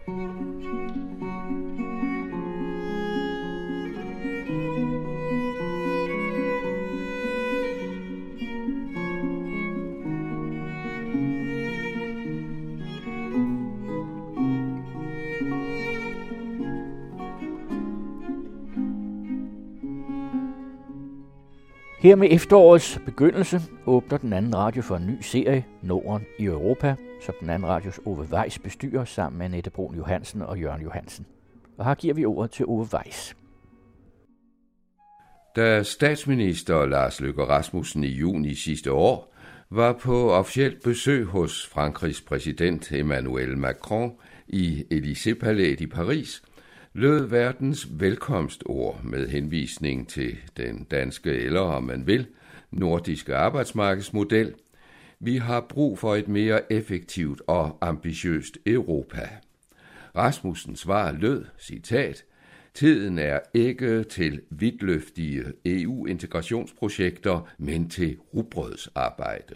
Her med efterårets begyndelse åbner den anden radio for en ny serie, Norden i Europa, som den anden radios Ove Weiss bestyrer sammen med Annette Brun Johansen og Jørgen Johansen. Og her giver vi ordet til Ove Weiss. Da statsminister Lars Løkke Rasmussen i juni sidste år var på officielt besøg hos Frankrigs præsident Emmanuel Macron i Élysée-palæet i Paris, lød verdens velkomstord med henvisning til den danske eller, om man vil, nordiske arbejdsmarkedsmodel. Vi har brug for et mere effektivt og ambitiøst Europa. Rasmussens svar lød, citat, tiden er ikke til vidtløftige EU-integrationsprojekter, men til rugbrødsarbejde.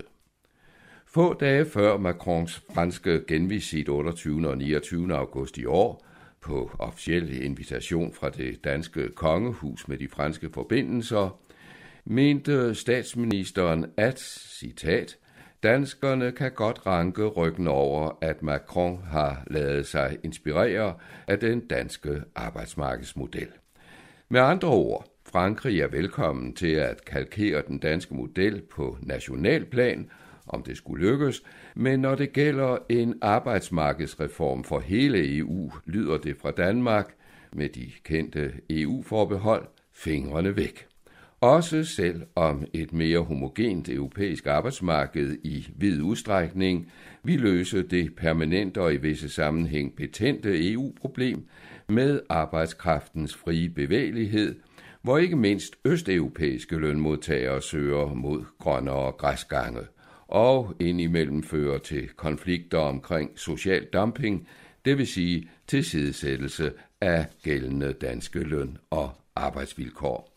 Få dage før Macrons franske genvisit 28. og 29. august i år, på officiel invitation fra det danske kongehus med de franske forbindelser, mente statsministeren, at, citat, danskerne kan godt ranke ryggen over, at Macron har ladet sig inspirere af den danske arbejdsmarkedsmodel. Med andre ord, Frankrig er velkommen til at kalkere den danske model på nationalplan, om det skulle lykkes, men når det gælder en arbejdsmarkedsreform for hele EU, lyder det fra Danmark, med de kendte EU-forbehold, fingrene væk. Også selv om et mere homogent europæisk arbejdsmarked i vid udstrækning vil løse det permanente og i visse sammenhæng betændte EU-problem med arbejdskraftens frie bevægelighed, hvor ikke mindst østeuropæiske lønmodtagere søger mod grønnere græsgange, og indimellem fører til konflikter omkring social dumping, det vil sige tilsidesættelse af gældende danske løn- og arbejdsvilkår.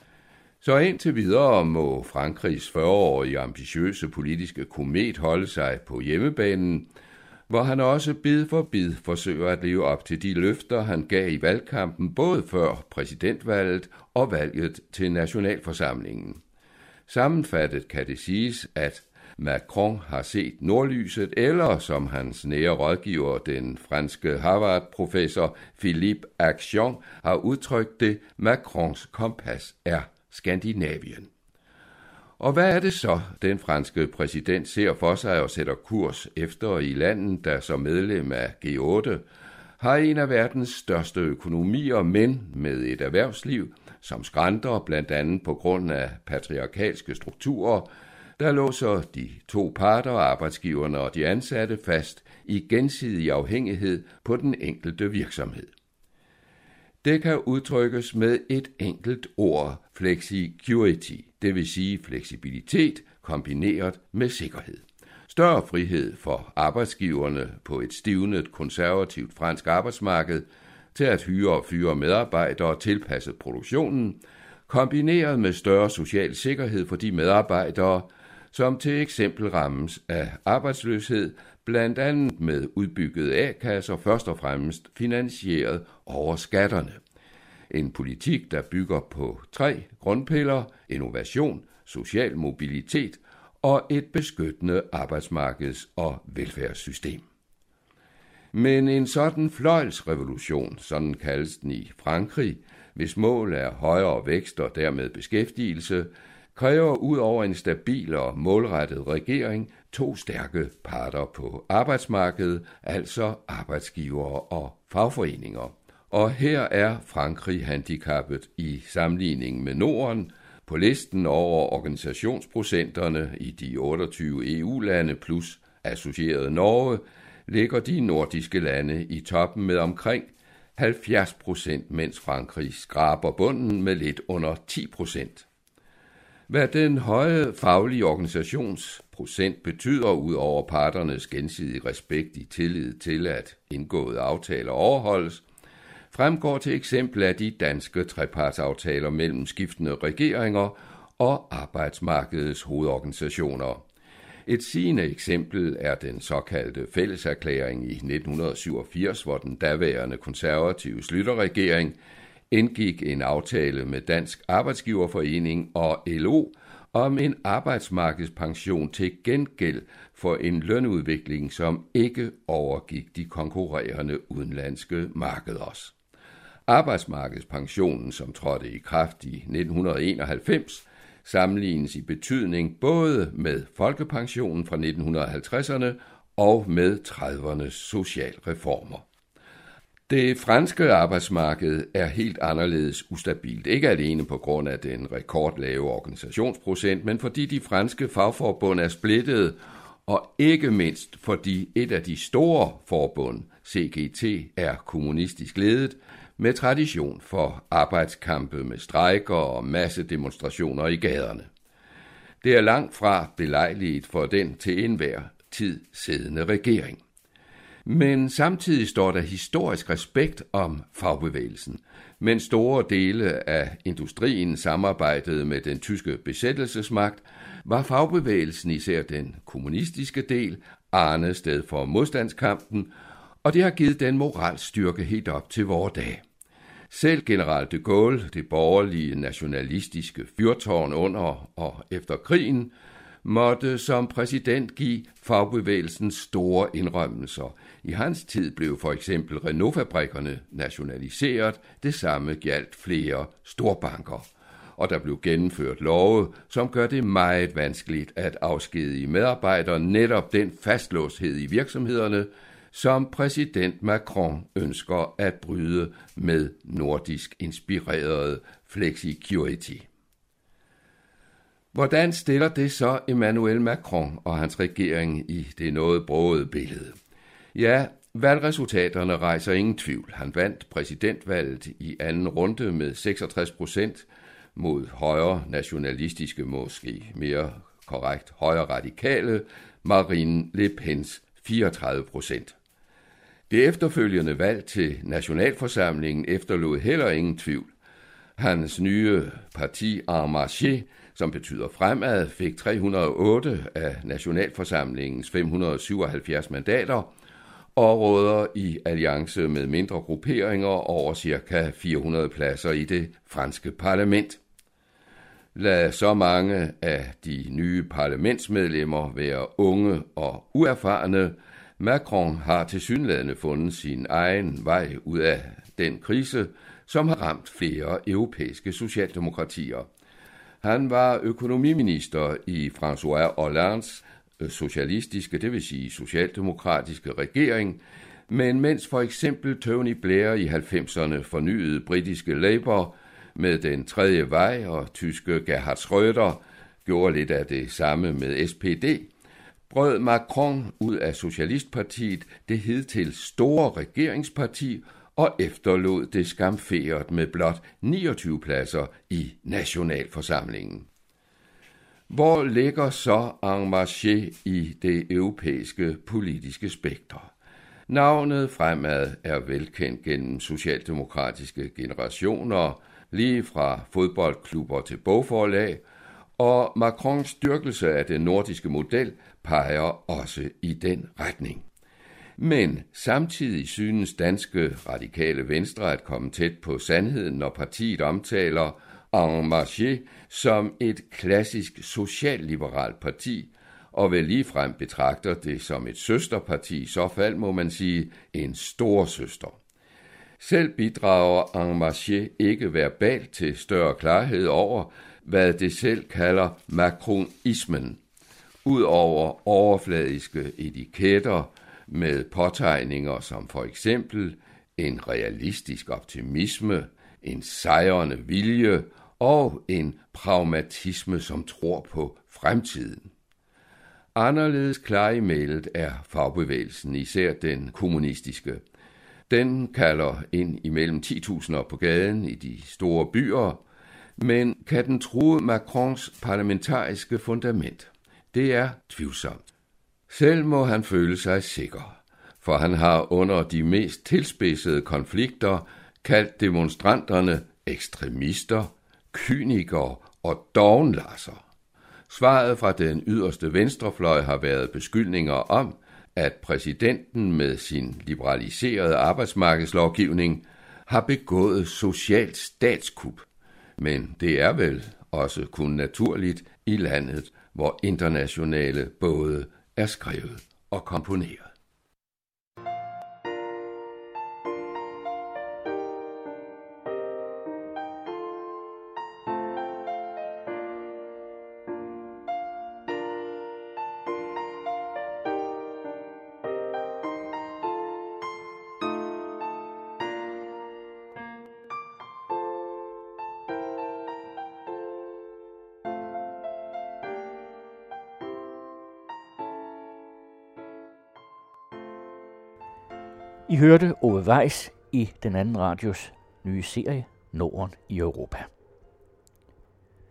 Så indtil videre må Frankrigs 40-årige ambitiøse politiske komet holde sig på hjemmebanen, hvor han også bid for bid forsøger at leve op til de løfter, han gav i valgkampen både før præsidentvalget og valget til nationalforsamlingen. Sammenfattet kan det siges, at Macron har set nordlyset, eller som hans nære rådgiver, den franske Harvard-professor Philippe Action, har udtrykt det, Macrons kompas er Skandinavien. Og hvad er det så, den franske præsident ser for sig og sætter kurs efter i landet, der som medlem af G8 har en af verdens største økonomier, men med et erhvervsliv, som skrænter blandt andet på grund af patriarkalske strukturer, der låser de to parter, arbejdsgiverne og de ansatte, fast i gensidig afhængighed på den enkelte virksomhed. Det kan udtrykkes med et enkelt ord, flexicurity, det vil sige fleksibilitet kombineret med sikkerhed. Større frihed for arbejdsgiverne på et stivnet konservativt fransk arbejdsmarked til at hyre og fyre medarbejdere tilpasset produktionen, kombineret med større social sikkerhed for de medarbejdere, som til eksempel rammes af arbejdsløshed, blandt andet med udbyggede A-kasser, først og fremmest finansieret over skatterne. En politik, der bygger på 3 grundpiller: innovation, social mobilitet og et beskyttende arbejdsmarkeds- og velfærdssystem. Men en sådan fløjlsrevolution, sådan kaldes den i Frankrig, hvis mål er højere vækst og dermed beskæftigelse, kræver ud over en stabil og målrettet regering 2 stærke parter på arbejdsmarkedet, altså arbejdsgivere og fagforeninger. Og her er Frankrig handicappet i sammenligning med Norden. På listen over organisationsprocenterne i de 28 EU-lande plus associerede Norge ligger de nordiske lande i toppen med omkring 70%, mens Frankrig skraber bunden med lidt under 10%. Hvad den høje faglige organisationsprocent betyder ud over parternes gensidige respekt i tillid til, at indgåede aftaler overholdes, fremgår til eksempel af de danske trepartsaftaler mellem skiftende regeringer og arbejdsmarkedets hovedorganisationer. Et sigende eksempel er den såkaldte fælleserklæring i 1987, hvor den daværende konservative Schlüter-regering indgik en aftale med Dansk Arbejdsgiverforening og LO om en arbejdsmarkedspension til gengæld for en lønudvikling, som ikke overgik de konkurrerende udenlandske markeders. Arbejdsmarkedspensionen, som trådte i kraft i 1991, sammenlignes i betydning både med folkepensionen fra 1950'erne og med 30'ernes socialreformer. Det franske arbejdsmarked er helt anderledes ustabilt, ikke alene på grund af den rekordlave organisationsprocent, men fordi de franske fagforbund er splittede, og ikke mindst fordi et af de store forbund, CGT, er kommunistisk ledet, med tradition for arbejdskampe med strejker og massedemonstrationer i gaderne. Det er langt fra belejligt for den til enhver tid siddende regering. Men samtidig står der historisk respekt om fagbevægelsen, mens store dele af industrien samarbejdede med den tyske besættelsesmagt, var fagbevægelsen, især den kommunistiske del, arnested for modstandskampen, og det har givet den moralstyrke helt op til vore dage. Selv general de Gaulle, det borgerlige nationalistiske fyrtårn under og efter krigen, måtte som præsident give fagbevægelsen store indrømmelser. I hans tid blev for eksempel Renault-fabrikkerne nationaliseret, det samme gjaldt flere storbanker. Og der blev gennemført love, som gør det meget vanskeligt at afskedige medarbejdere, netop den fastlåshed i virksomhederne, som præsident Macron ønsker at bryde med nordisk inspireret flexicurity. Hvordan stiller det så Emmanuel Macron og hans regering i det noget brogede billede? Ja, valgresultaterne rejser ingen tvivl. Han vandt præsidentvalget i anden runde med 66% mod højre nationalistiske, måske mere korrekt højre radikale, Marine Le Pens 34%. Det efterfølgende valg til nationalforsamlingen efterlod heller ingen tvivl. Hans nye parti En Marche, som betyder fremad, fik 308 af nationalforsamlingens 577 mandater og råder i alliance med mindre grupperinger over ca. 400 pladser i det franske parlament. Lad så mange af de nye parlamentsmedlemmer være unge og uerfarne. Macron har tilsyneladende fundet sin egen vej ud af den krise, som har ramt flere europæiske socialdemokratier. Han var økonomiminister i François Hollandes socialistiske, det vil sige socialdemokratiske regering, men mens for eksempel Tony Blair i 90'erne fornyede britiske Labour med den tredje vej, og tyske Gerhard Schröder gjorde lidt af det samme med SPD, brød Macron ud af Socialistpartiet det hidtil store regeringsparti og efterlod det skamferet med blot 29 pladser i nationalforsamlingen. Hvor ligger så En Marche i det europæiske politiske spektrum? Navnet Fremad er velkendt gennem socialdemokratiske generationer, lige fra fodboldklubber til bogforlag, og Macrons styrkelse af den nordiske model peger også i den retning. Men samtidig synes danske radikale venstre at komme tæt på sandheden, når partiet omtaler En Marche som et klassisk socialliberalt parti, og vel ligefrem betragter det som et søsterparti, i så fald må man sige en stor søster. Selv bidrager En Marche ikke verbalt til større klarhed over, hvad det selv kalder macronismen. Udover overfladiske etiketter med påtegninger som for eksempel en realistisk optimisme, en sejrende vilje og en pragmatisme, som tror på fremtiden. Anderledes klar i mailet er fagbevægelsen, især den kommunistiske. Den kalder ind imellem 10.000 på gaden i de store byer, men kan den true Macrons parlamentariske fundament? Det er tvivlsomt. Selv må han føle sig sikker, for han har under de mest tilspidsede konflikter kaldt demonstranterne ekstremister, kynikere og dovenlasser. Svaret fra den yderste venstrefløj har været beskyldninger om, at præsidenten med sin liberaliserede arbejdsmarkedslovgivning har begået socialt statskup. Men det er vel også kun naturligt i landet, hvor internationale både er skrevet og komponeret. I hørte Ove Weiss i den anden radios nye serie Norden i Europa.